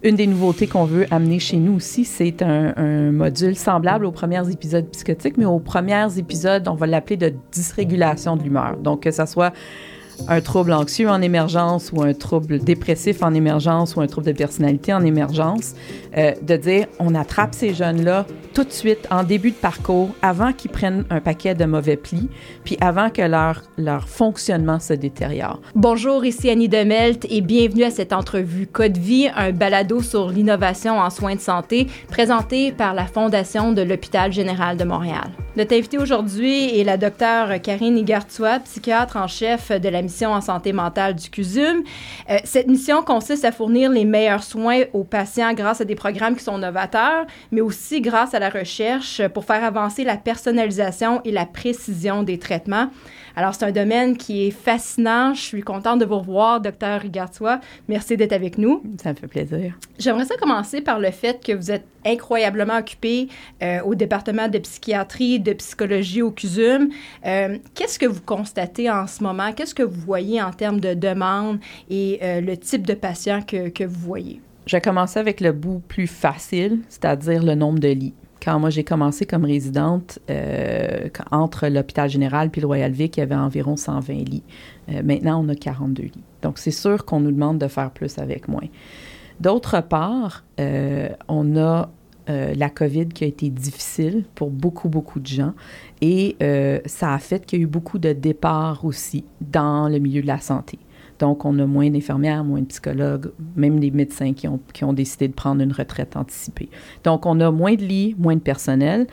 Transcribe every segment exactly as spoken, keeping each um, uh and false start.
Une des nouveautés qu'on veut amener chez nous aussi, c'est un, un module semblable aux premiers épisodes psychotiques, mais aux premiers épisodes, on va l'appeler de dysrégulation de l'humeur. Donc, que ça soit un trouble anxieux en émergence ou un trouble dépressif en émergence ou un trouble de personnalité en émergence, euh, de dire on attrape ces jeunes-là tout de suite en début de parcours, avant qu'ils prennent un paquet de mauvais plis, puis avant que leur, leur fonctionnement se détériore. Bonjour, ici Annie Demelt et bienvenue à cette entrevue Code Vie, un balado sur l'innovation en soins de santé présenté par la Fondation de l'Hôpital général de Montréal. Notre invitée aujourd'hui est la docteure Karine Igartua, psychiatre en chef de la mission en santé mentale du C U S U M. Euh, cette mission consiste à fournir les meilleurs soins aux patients grâce à des programmes qui sont novateurs, mais aussi grâce à la recherche pour faire avancer la personnalisation et la précision des traitements. Alors, c'est un domaine qui est fascinant. Je suis contente de vous revoir, docteur Igartua. Merci d'être avec nous. Ça me fait plaisir. J'aimerais ça commencer par le fait que vous êtes incroyablement occupé euh, au département de psychiatrie, de psychologie au C U S U M. Euh, qu'est-ce que vous constatez en ce moment? Qu'est-ce que vous voyez en termes de demande et euh, le type de patient que, que vous voyez? Je vais commencer avec le bout plus facile, c'est-à-dire le nombre de lits. Quand moi, j'ai commencé comme résidente, euh, entre l'hôpital général puis le Royal Vic, il y avait environ cent vingt lits. Euh, maintenant, on a quarante-deux lits. Donc, c'est sûr qu'on nous demande de faire plus avec moins. D'autre part, euh, on a euh, la COVID qui a été difficile pour beaucoup, beaucoup de gens. Et euh, ça a fait qu'il y a eu beaucoup de départs aussi dans le milieu de la santé. Donc, on a moins d'infirmières, moins de psychologues, même des médecins qui ont, qui ont décidé de prendre une retraite anticipée. Donc, on a moins de lits, moins de personnel.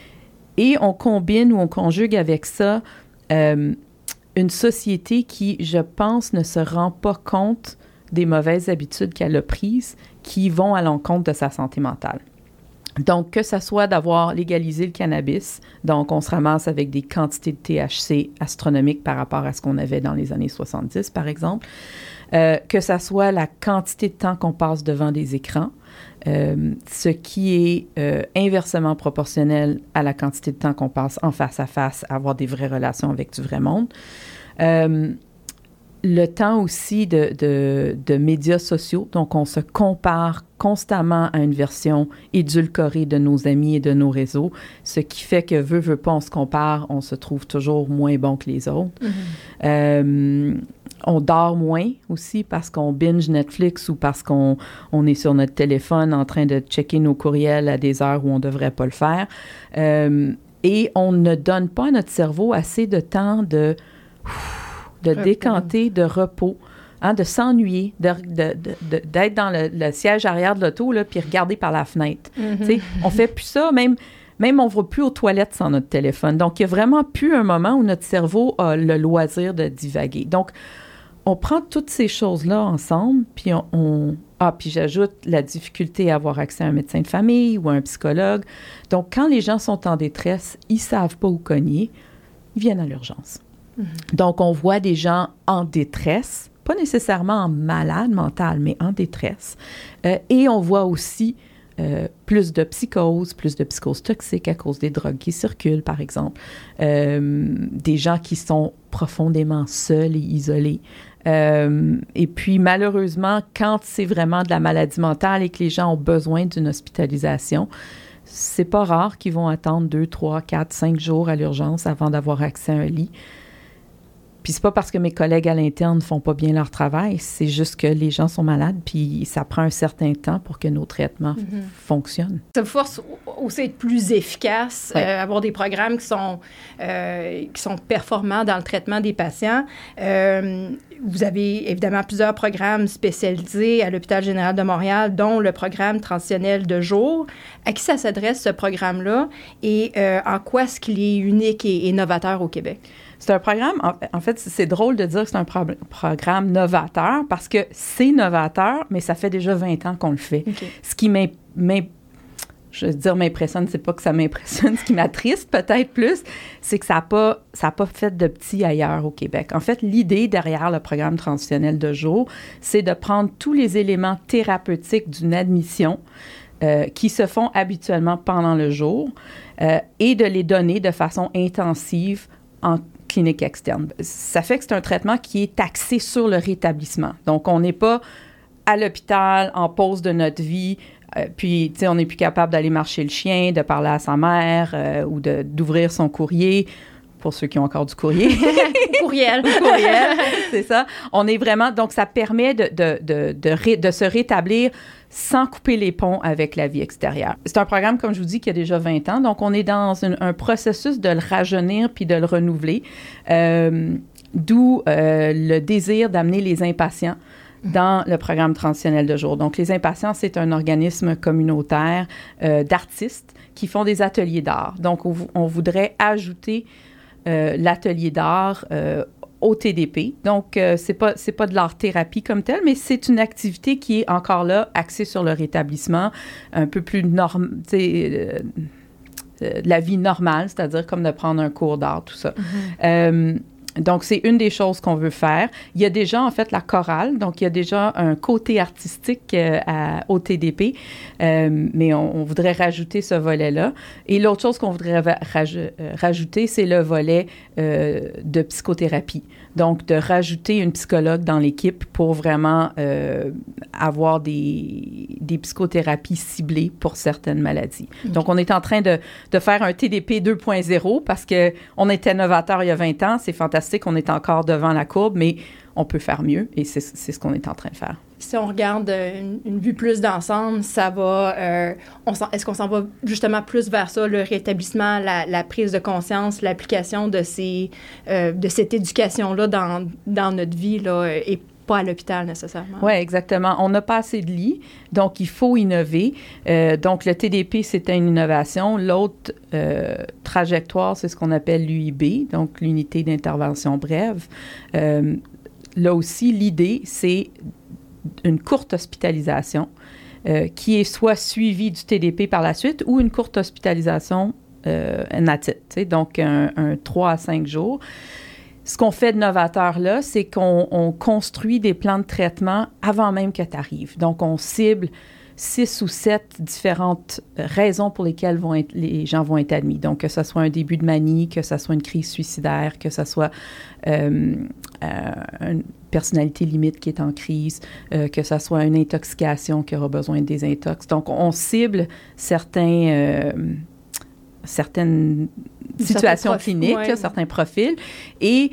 Et on combine ou on conjugue avec ça euh, une société qui, je pense, ne se rend pas compte des mauvaises habitudes qu'elle a prises qui vont à l'encontre de sa santé mentale. Donc, que ça soit d'avoir légalisé le cannabis, donc on se ramasse avec des quantités de T H C astronomiques par rapport à ce qu'on avait dans les années soixante-dix, par exemple, euh, que ça soit la quantité de temps qu'on passe devant des écrans, euh, ce qui est euh, inversement proportionnel à la quantité de temps qu'on passe en face à face à avoir des vraies relations avec du vrai monde. Euh, Le temps aussi de, de, de médias sociaux, donc on se compare constamment à une version édulcorée de nos amis et de nos réseaux, ce qui fait que veut, veut pas, on se compare, on se trouve toujours moins bon que les autres. Mm-hmm. Euh, on dort moins aussi parce qu'on binge Netflix ou parce qu'on on est sur notre téléphone en train de checker nos courriels à des heures où on devrait pas le faire. Euh, et on ne donne pas à notre cerveau assez de temps de... de repos. décanter, de repos, hein, de s'ennuyer, de, de, de, de, d'être dans le, le siège arrière de l'auto, là, puis regarder par la fenêtre. Mm-hmm. On fait plus ça, même, même on ne va plus aux toilettes sans notre téléphone. Donc, il n'y a vraiment plus un moment où notre cerveau a le loisir de divaguer. Donc, on prend toutes ces choses-là ensemble, puis on... on ah, puis j'ajoute la difficulté à avoir accès à un médecin de famille ou à un psychologue. Donc, quand les gens sont en détresse, ils ne savent pas où cogner, ils viennent à l'urgence. Mm-hmm. Donc, on voit des gens en détresse, pas nécessairement en malade mental, mais en détresse. Euh, et on voit aussi euh, plus de psychose, plus de psychose toxique à cause des drogues qui circulent, par exemple. Euh, des gens qui sont profondément seuls et isolés. Euh, et puis, malheureusement, quand c'est vraiment de la maladie mentale et que les gens ont besoin d'une hospitalisation, c'est pas rare qu'ils vont attendre deux, trois, quatre, cinq jours à l'urgence avant d'avoir accès à un lit. Puis c'est pas parce que mes collègues à l'interne ne font pas bien leur travail, c'est juste que les gens sont malades, puis ça prend un certain temps pour que nos traitements mm-hmm. fonctionnent. Ça vous force aussi à être plus efficace, ouais. euh, avoir des programmes qui sont, euh, qui sont performants dans le traitement des patients. Euh, vous avez évidemment plusieurs programmes spécialisés à l'Hôpital général de Montréal, dont le programme transitionnel de jour. À qui ça s'adresse, ce programme-là, et euh, en quoi est-ce qu'il est unique et, et novateur au Québec? C'est un programme, en, en fait, c'est drôle de dire que c'est un pro- programme novateur parce que c'est novateur, mais ça fait déjà vingt ans qu'on le fait. Okay. Ce qui m'im, m'im, je veux dire m'impressionne, c'est pas que ça m'impressionne, ce qui m'attriste peut-être plus, c'est que ça n'a pas, ça a pas fait de petit ailleurs au Québec. En fait, l'idée derrière le programme transitionnel de jour, c'est de prendre tous les éléments thérapeutiques d'une admission euh, qui se font habituellement pendant le jour euh, et de les donner de façon intensive en clinique externe. Ça fait que c'est un traitement qui est axé sur le rétablissement. Donc, on n'est pas à l'hôpital, en pause de notre vie, euh, puis, tu sais, on n'est plus capable d'aller marcher le chien, de parler à sa mère euh, ou de, d'ouvrir son courrier, pour ceux qui ont encore du courrier. Courriel. Courriel, c'est ça. On est vraiment... Donc, ça permet de, de, de, de, ré, de se rétablir sans couper les ponts avec la vie extérieure. C'est un programme, comme je vous dis, qui a déjà vingt ans. Donc, on est dans une, un processus de le rajeunir puis de le renouveler. Euh, d'où euh, le désir d'amener les impatients dans le programme transitionnel de jour. Donc, les impatients, c'est un organisme communautaire euh, d'artistes qui font des ateliers d'art. Donc, on, on voudrait ajouter euh, l'atelier d'art euh, au T D P. Donc, euh, c'est pas, c'est pas de l'art-thérapie comme tel, mais c'est une activité qui est encore là, axée sur le rétablissement, un peu plus norme, tu sais, euh, de la vie normale, c'est-à-dire comme de prendre un cours d'art, tout ça. Mm-hmm. Euh, Donc, c'est une des choses qu'on veut faire. Il y a déjà, en fait, la chorale. Donc, il y a déjà un côté artistique euh, à, au T D P, euh, mais on, on voudrait rajouter ce volet-là. Et l'autre chose qu'on voudrait raj- euh, rajouter, c'est le volet euh, de psychothérapie. Donc, de rajouter une psychologue dans l'équipe pour vraiment euh, avoir des, des psychothérapies ciblées pour certaines maladies. Okay. Donc, on est en train de, de faire un T D P deux point zéro parce qu'on était novateur il y a vingt ans. C'est fantastique, on est encore devant la courbe, mais on peut faire mieux et c'est, c'est ce qu'on est en train de faire. Si on regarde une, une vue plus d'ensemble, ça va... Euh, on s'en, est-ce qu'on s'en va justement plus vers ça, le rétablissement, la, la prise de conscience, l'application de, ces, euh, de cette éducation-là dans, dans notre vie là, et pas à l'hôpital nécessairement? Oui, exactement. On n'a pas assez de lits, donc il faut innover. Euh, donc, le T D P, c'était une innovation. L'autre euh, trajectoire, c'est ce qu'on appelle l'U I B, donc l'unité d'intervention brève. Euh, là aussi, l'idée, c'est une courte hospitalisation euh, qui est soit suivie du T D P par la suite ou une courte hospitalisation euh, native, donc un, un trois à cinq jours. Ce qu'on fait de novateur là, c'est qu'on on construit des plans de traitement avant même que tu arrives. Donc, on cible six ou sept différentes raisons pour lesquelles vont être, les gens vont être admis. Donc, que ce soit un début de manie, que ce soit une crise suicidaire, que ce soit euh, euh, une personnalité limite qui est en crise, euh, que ce soit une intoxication qui aura besoin de désintox. Donc, on cible certains... Euh, certaines situations profils, cliniques, ouais. là, certains profils, et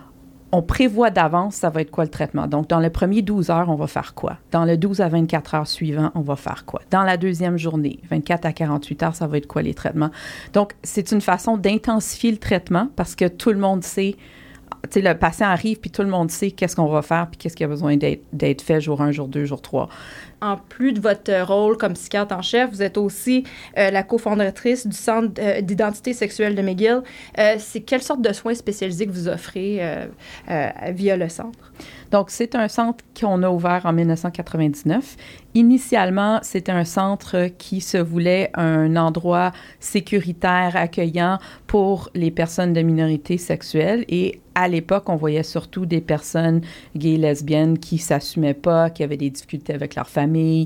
on prévoit d'avance ça va être quoi le traitement. Donc, dans le premier douze heures, on va faire quoi? Dans le douze à vingt-quatre heures suivant, on va faire quoi? Dans la deuxième journée, vingt-quatre à quarante-huit heures, ça va être quoi les traitements? Donc, c'est une façon d'intensifier le traitement parce que tout le monde sait, tu sais, le patient arrive puis tout le monde sait qu'est-ce qu'on va faire puis qu'est-ce qui a besoin d'être, d'être fait jour un, jour deux, jour trois. En plus de votre rôle comme psychiatre en chef, vous êtes aussi euh, la cofondatrice du Centre euh, d'identité sexuelle de McGill. Euh, c'est quelle sorte de soins spécialisés que vous offrez euh, euh, via le centre? Donc, c'est un centre qu'on a ouvert en dix-neuf cent quatre-vingt-dix-neuf. Initialement, c'était un centre qui se voulait un endroit sécuritaire, accueillant pour les personnes de minorité sexuelle. Et à l'époque, on voyait surtout des personnes gays, lesbiennes qui ne s'assumaient pas, qui avaient des difficultés avec leur famille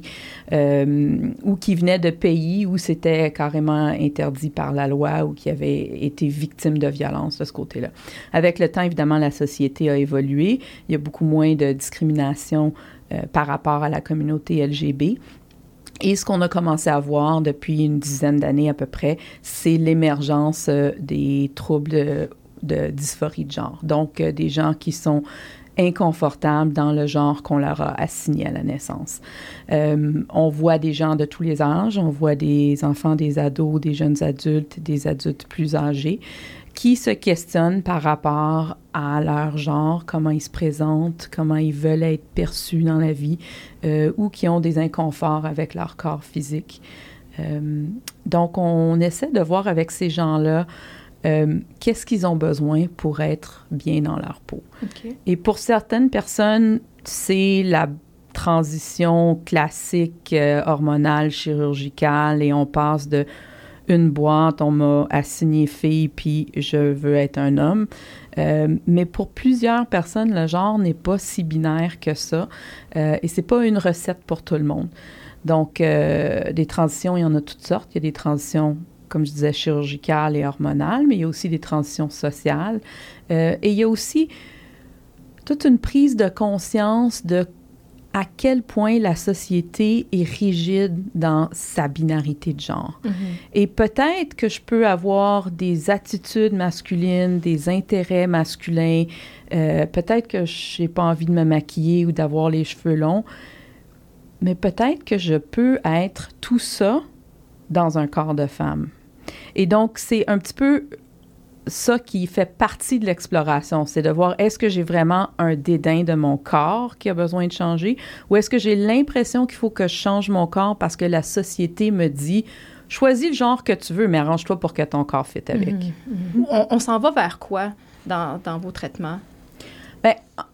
euh, ou qui venaient de pays où c'était carrément interdit par la loi ou qui avaient été victimes de violences de ce côté-là. Avec le temps, évidemment, la société a évolué. Il y a beaucoup moins de discrimination euh, par rapport à la communauté L G B. Et ce qu'on a commencé à voir depuis une dizaine d'années à peu près, c'est l'émergence euh, des troubles de, de dysphorie de genre. Donc, euh, des gens qui sont inconfortables dans le genre qu'on leur a assigné à la naissance. Euh, on voit des gens de tous les âges, on voit des enfants, des ados, des jeunes adultes, des adultes plus âgés qui se questionnent par rapport à leur genre, comment ils se présentent, comment ils veulent être perçus dans la vie, euh, ou qui ont des inconforts avec leur corps physique. Euh, donc, on essaie de voir avec ces gens-là euh, qu'est-ce qu'ils ont besoin pour être bien dans leur peau. Okay. Et pour certaines personnes, c'est la transition classique, euh, hormonale, chirurgicale, et on passe de une boîte, on m'a assigné fille, puis je veux être un homme. Euh, mais pour plusieurs personnes, le genre n'est pas si binaire que ça. Euh, et c'est pas une recette pour tout le monde. Donc, euh, des transitions, il y en a toutes sortes. Il y a des transitions, comme je disais, chirurgicales et hormonales, mais il y a aussi des transitions sociales. Euh, et il y a aussi toute une prise de conscience de à quel point la société est rigide dans sa binarité de genre. Mm-hmm. Et peut-être que je peux avoir des attitudes masculines, des intérêts masculins, euh, peut-être que je n'ai pas envie de me maquiller ou d'avoir les cheveux longs, mais peut-être que je peux être tout ça dans un corps de femme. Et donc, c'est un petit peu ça qui fait partie de l'exploration, c'est de voir est-ce que j'ai vraiment un dédain de mon corps qui a besoin de changer ou est-ce que j'ai l'impression qu'il faut que je change mon corps parce que la société me dit choisis le genre que tu veux, mais arrange-toi pour que ton corps fitte avec. Mm-hmm. Mm-hmm. On, on s'en va vers quoi dans, dans vos traitements? Bien,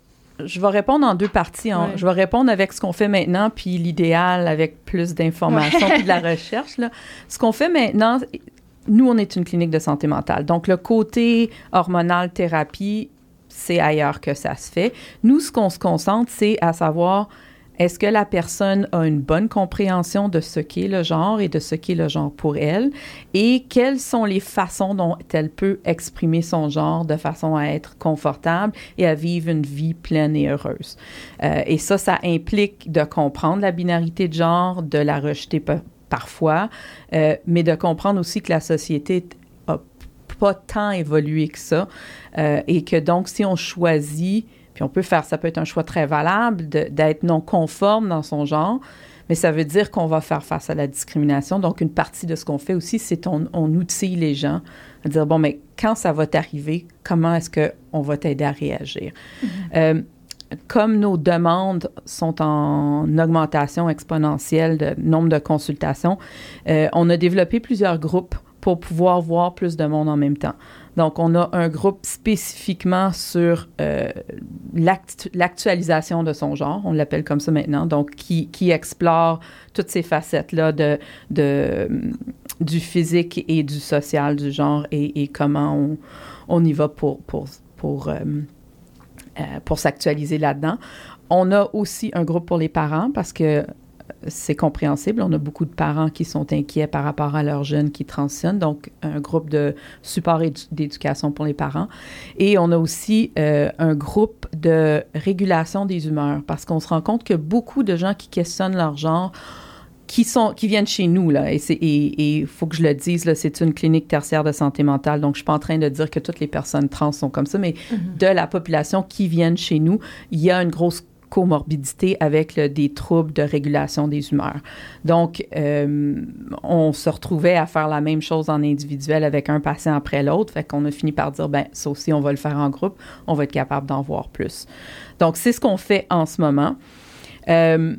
je vais répondre en deux parties. Hein. Ouais. Je vais répondre avec ce qu'on fait maintenant, puis l'idéal avec plus d'informations ouais. puis de la recherche. Là. Ce qu'on fait maintenant, nous, on est une clinique de santé mentale. Donc, le côté hormonal, thérapie, c'est ailleurs que ça se fait. Nous, ce qu'on se concentre, c'est à savoir, est-ce que la personne a une bonne compréhension de ce qu'est le genre et de ce qu'est le genre pour elle? Et quelles sont les façons dont elle peut exprimer son genre de façon à être confortable et à vivre une vie pleine et heureuse? Euh, et ça, ça implique de comprendre la binarité de genre, de la rejeter p- parfois, euh, mais de comprendre aussi que la société n'a pas tant évolué que ça euh, et que donc, si on choisit, puis on peut faire, ça peut être un choix très valable de, d'être non conforme dans son genre, mais ça veut dire qu'on va faire face à la discrimination. Donc, une partie de ce qu'on fait aussi, c'est qu'on on outille les gens à dire, bon, mais quand ça va t'arriver, comment est-ce qu'on va t'aider à réagir? Mm-hmm. Euh, Comme nos demandes sont en augmentation exponentielle de nombre de consultations, euh, on a développé plusieurs groupes pour pouvoir voir plus de monde en même temps. Donc, on a un groupe spécifiquement sur euh, l'actu- l'actualisation de son genre, on l'appelle comme ça maintenant, donc qui, qui explore toutes ces facettes-là de, de, du physique et du social du genre et, et comment on, on y va pour, pour, pour euh, Euh, pour s'actualiser là-dedans. On a aussi un groupe pour les parents parce que c'est compréhensible. On a beaucoup de parents qui sont inquiets par rapport à leurs jeunes qui transitionnent. Donc, un groupe de support édu- d'éducation pour les parents. Et on a aussi euh, un groupe de régulation des humeurs parce qu'on se rend compte que beaucoup de gens qui questionnent leur genre qui sont qui viennent chez nous, là, et c'est et il faut que je le dise, là, c'est une clinique tertiaire de santé mentale, donc je suis pas en train de dire que toutes les personnes trans sont comme ça, mais mm-hmm. de la population qui viennent chez nous, il y a une grosse comorbidité avec le, des troubles de régulation des humeurs. Donc, euh, on se retrouvait à faire la même chose en individuel avec un patient après l'autre, fait qu'on a fini par dire, ben ça aussi, on va le faire en groupe, on va être capable d'en voir plus. Donc, c'est ce qu'on fait en ce moment. Euh,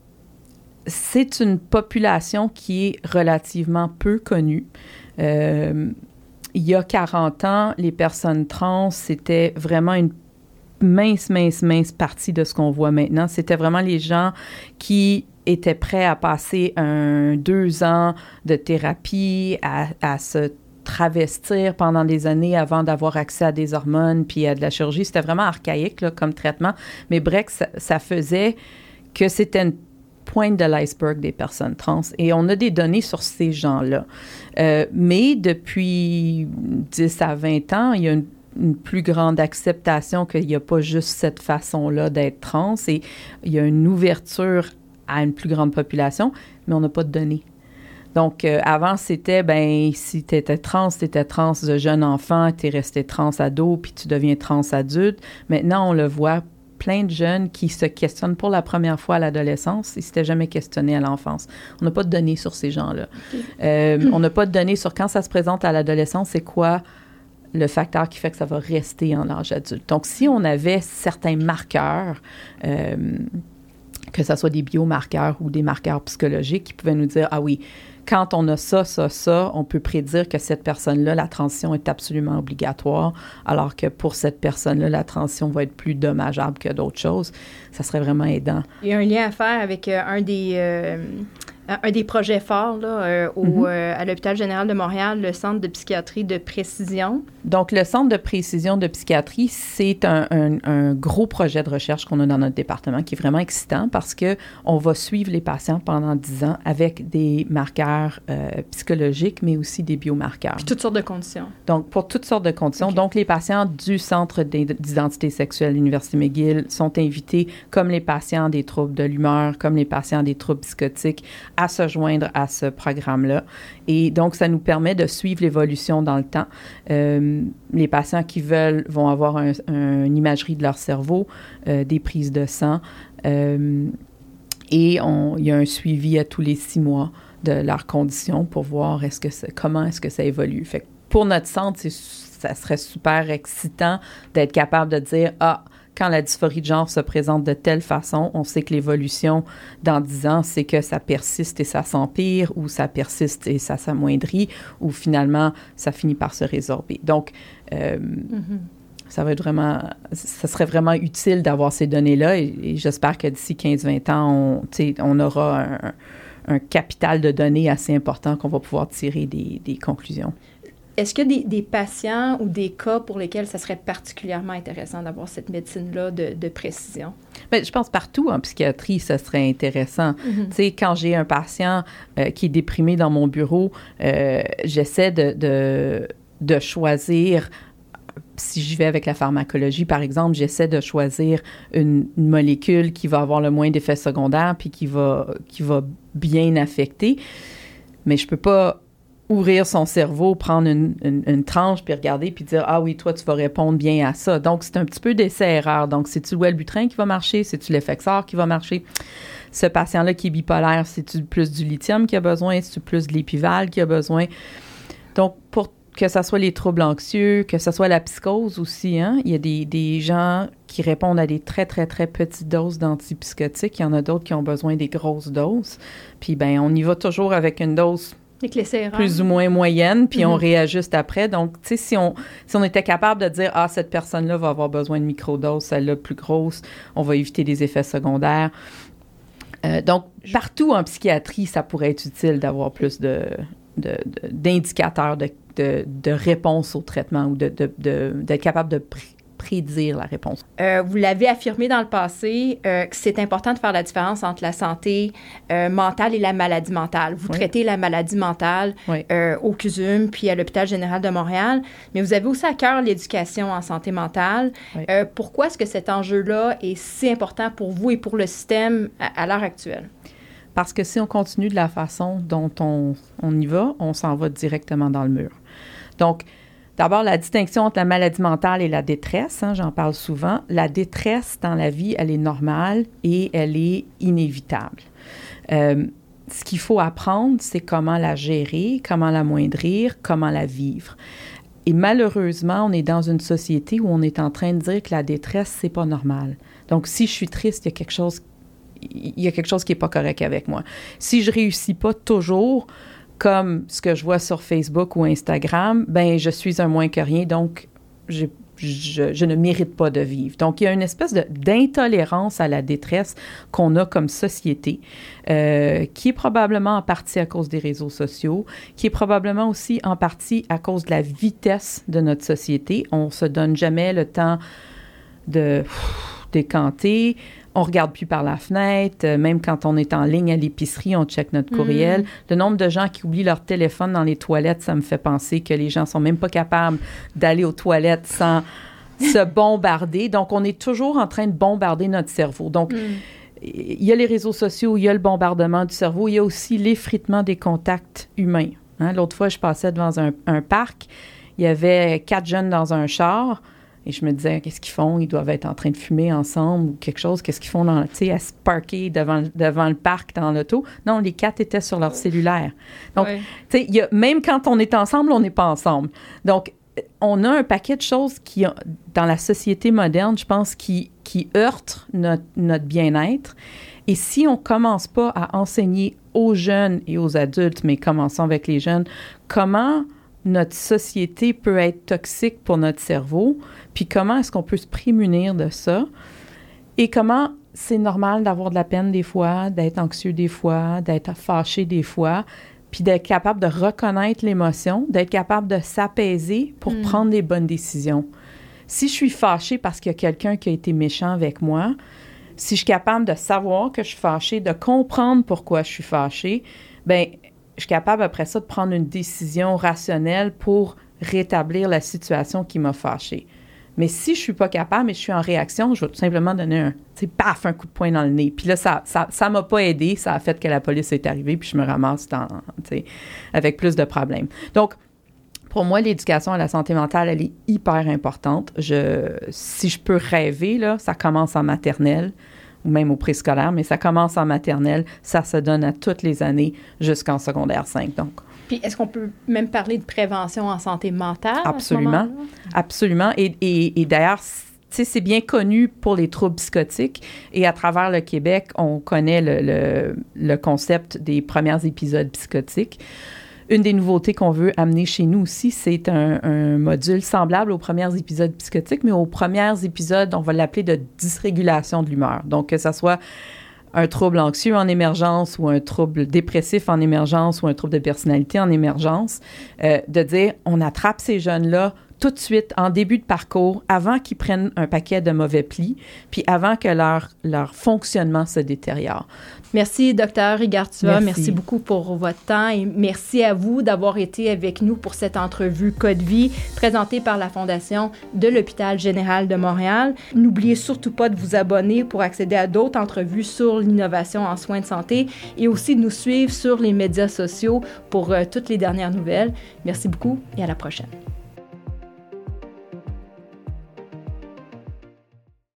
C'est une population qui est relativement peu connue. Euh, il y a quarante ans, les personnes trans, c'était vraiment une mince, mince, mince partie de ce qu'on voit maintenant. C'était vraiment les gens qui étaient prêts à passer un deux ans de thérapie, à, à se travestir pendant des années avant d'avoir accès à des hormones puis à de la chirurgie. C'était vraiment archaïque là, comme traitement. Mais bref, ça, ça faisait que c'était une pointe de l'iceberg des personnes trans. Et on a des données sur ces gens-là. Euh, mais depuis dix à vingt ans, il y a une, une plus grande acceptation qu'il n'y a pas juste cette façon-là d'être trans et il y a une ouverture à une plus grande population, mais on n'a pas de données. Donc, euh, avant, c'était, ben si tu étais trans, tu étais trans de jeune enfant, tu es resté trans ado, puis tu deviens trans adulte. Maintenant, on le voit plein de jeunes qui se questionnent pour la première fois à l'adolescence. Ils ne s'étaient jamais questionnés à l'enfance. On n'a pas de données sur ces gens-là. Okay. Euh, on n'a pas de données sur quand ça se présente à l'adolescence, c'est quoi le facteur qui fait que ça va rester en âge adulte. Donc, si on avait certains marqueurs, euh, que ce soit des biomarqueurs ou des marqueurs psychologiques qui pouvaient nous dire, ah oui, quand on a ça, ça, ça, on peut prédire que cette personne-là, la transition est absolument obligatoire, alors que pour cette personne-là, la transition va être plus dommageable que d'autres choses. Ça serait vraiment aidant. Il y a un lien à faire avec euh, un des, euh, Un des projets forts là, euh, au, mm-hmm. euh, à l'Hôpital général de Montréal, le Centre de psychiatrie de précision. Donc, le Centre de précision de psychiatrie, c'est un, un, un gros projet de recherche qu'on a dans notre département qui est vraiment excitant parce qu'on va suivre les patients pendant dix ans avec des marqueurs euh, psychologiques, mais aussi des biomarqueurs. Puis toutes sortes de conditions. Donc, pour toutes sortes de conditions. Okay. Donc, les patients du Centre d'identité sexuelle de l'Université McGill sont invités, comme les patients des troubles de l'humeur, comme les patients des troubles psychotiques, à se joindre à ce programme-là. Et donc, ça nous permet de suivre l'évolution dans le temps. Euh, les patients qui veulent vont avoir un, un, une imagerie de leur cerveau, euh, des prises de sang, euh, et on, il y a un suivi à tous les six mois de leurs conditions pour voir est-ce que comment est-ce que ça évolue. Fait que pour notre centre, c'est, ça serait super excitant d'être capable de dire « Ah, quand la dysphorie de genre se présente de telle façon, on sait que l'évolution dans dix ans, c'est que ça persiste et ça s'empire, ou ça persiste et ça s'amoindrit, ou finalement, ça finit par se résorber. » Donc, euh, mm-hmm. ça va être vraiment, ça serait vraiment utile d'avoir ces données-là et, et j'espère que d'ici quinze à vingt ans, on, on aura un, un capital de données assez important qu'on va pouvoir tirer des, des conclusions. Est-ce qu'il y a des, des patients ou des cas pour lesquels ça serait particulièrement intéressant d'avoir cette médecine-là de, de précision? Bien, je pense partout en psychiatrie, ça serait intéressant. Mm-hmm. Tu sais, quand j'ai un patient euh, qui est déprimé dans mon bureau, euh, j'essaie de, de, de choisir, si je vais avec la pharmacologie, par exemple, j'essaie de choisir une, une molécule qui va avoir le moins d'effets secondaires puis qui va, qui va bien affecter. Mais je peux pas ouvrir son cerveau, prendre une, une, une tranche, puis regarder, puis dire « Ah oui, toi, tu vas répondre bien à ça. » Donc, c'est un petit peu d'essai-erreur. Donc, c'est-tu le Wellbutrin qui va marcher? C'est-tu l'Effexor qui va marcher? Ce patient-là qui est bipolaire, c'est-tu plus du lithium qui a besoin? C'est-tu plus de l'épival qui a besoin? Donc, pour que ce soit les troubles anxieux, que ce soit la psychose aussi, hein, il y a des, des gens qui répondent à des très, très, très petites doses d'antipsychotiques. Il y en a d'autres qui ont besoin des grosses doses. Puis, bien, on y va toujours avec une dose plus ou moins moyenne, puis mm-hmm. on réajuste après. Donc, tu sais, si on, si on était capable de dire « Ah, cette personne-là va avoir besoin de microdoses, celle-là plus grosse, on va éviter des effets secondaires. Euh, » Donc, partout en psychiatrie, ça pourrait être utile d'avoir plus de, de, de, d'indicateurs de, de, de réponse au traitement ou de, de, de, d'être capable de pr- prédire la réponse. Euh, vous l'avez affirmé dans le passé euh, que c'est important de faire la différence entre la santé euh, mentale et la maladie mentale. Vous oui. traitez la maladie mentale oui. euh, au C U S U M puis à l'Hôpital général de Montréal, mais vous avez aussi à cœur l'éducation en santé mentale. Oui. Euh, pourquoi est-ce que cet enjeu-là est si important pour vous et pour le système à, à l'heure actuelle? Parce que si on continue de la façon dont on, on y va, on s'en va directement dans le mur. Donc, d'abord, la distinction entre la maladie mentale et la détresse, hein, j'en parle souvent. La détresse dans la vie, elle est normale et elle est inévitable. Euh, ce qu'il faut apprendre, c'est comment la gérer, comment l'amoindrir, comment la vivre. Et malheureusement, on est dans une société où on est en train de dire que la détresse, c'est pas normal. Donc, si je suis triste, il y a quelque chose, il y a quelque chose qui est pas correct avec moi. Si je réussis pas toujours, comme ce que je vois sur Facebook ou Instagram, ben je suis un moins que rien, donc je, je, je ne mérite pas de vivre. Donc, il y a une espèce de, d'intolérance à la détresse qu'on a comme société, euh, qui est probablement en partie à cause des réseaux sociaux, qui est probablement aussi en partie à cause de la vitesse de notre société. On ne se donne jamais le temps de pff, décanter. On regarde plus par la fenêtre. Euh, même quand on est en ligne à l'épicerie, on check notre courriel. Mmh. Le nombre de gens qui oublient leur téléphone dans les toilettes, ça me fait penser que les gens sont même pas capables d'aller aux toilettes sans se bombarder. Donc, on est toujours en train de bombarder notre cerveau. Donc, mmh. il y a les réseaux sociaux, il y a le bombardement du cerveau, il y a aussi l'effritement des contacts humains. Hein? L'autre fois, je passais devant un, un parc, il y avait quatre jeunes dans un char. Et je me disais, qu'est-ce qu'ils font? Ils doivent être en train de fumer ensemble ou quelque chose. Qu'est-ce qu'ils font dans, tu sais, à se parquer devant, devant le parc dans l'auto? Non, les quatre étaient sur leur cellulaire. Donc, ouais. tu sais, y a, même quand on est ensemble, on n'est pas ensemble. Donc, on a un paquet de choses qui, dans la société moderne, je pense, qui, qui heurtent notre, notre bien-être. Et si on ne commence pas à enseigner aux jeunes et aux adultes, mais commençons avec les jeunes, comment notre société peut être toxique pour notre cerveau, puis comment est-ce qu'on peut se prémunir de ça, et comment c'est normal d'avoir de la peine des fois, d'être anxieux des fois, d'être fâché des fois, puis d'être capable de reconnaître l'émotion, d'être capable de s'apaiser pour mm. prendre les bonnes décisions. Si je suis fâchée parce qu'il y a quelqu'un qui a été méchant avec moi, si je suis capable de savoir que je suis fâchée, de comprendre pourquoi je suis fâchée, bien, je suis capable après ça de prendre une décision rationnelle pour rétablir la situation qui m'a fâchée. Mais si je suis pas capable et je suis en réaction, je vais tout simplement donner un, tu sais, paf, un coup de poing dans le nez. Puis là, ça, ça, ça m'a pas aidé. Ça a fait que la police est arrivée, puis je me ramasse dans, tu sais, avec plus de problèmes. Donc, pour moi, l'éducation à la santé mentale, elle est hyper importante. Je, si je peux rêver, là, ça commence en maternelle ou même au préscolaire, mais ça commence en maternelle. Ça se donne à toutes les années jusqu'en secondaire cinq, donc. Puis, est-ce qu'on peut même parler de prévention en santé mentale? Absolument, absolument. Et, et, et d'ailleurs, tu sais, c'est bien connu pour les troubles psychotiques. Et à travers le Québec, on connaît le, le, le concept des premiers épisodes psychotiques. Une des nouveautés qu'on veut amener chez nous aussi, c'est un, un module semblable aux premiers épisodes psychotiques, mais aux premiers épisodes, on va l'appeler de dysrégulation de l'humeur. Donc, que ça soit un trouble anxieux en émergence ou un trouble dépressif en émergence ou un trouble de personnalité en émergence, euh, de dire, on attrape ces jeunes-là tout de suite en début de parcours, avant qu'ils prennent un paquet de mauvais plis, puis avant que leur, leur fonctionnement se détériore. Merci, Dr Igartua. Merci. Merci beaucoup pour votre temps et merci à vous d'avoir été avec nous pour cette entrevue Code Vie présentée par la Fondation de l'Hôpital général de Montréal. N'oubliez surtout pas de vous abonner pour accéder à d'autres entrevues sur l'innovation en soins de santé et aussi de nous suivre sur les médias sociaux pour euh, toutes les dernières nouvelles. Merci beaucoup et à la prochaine.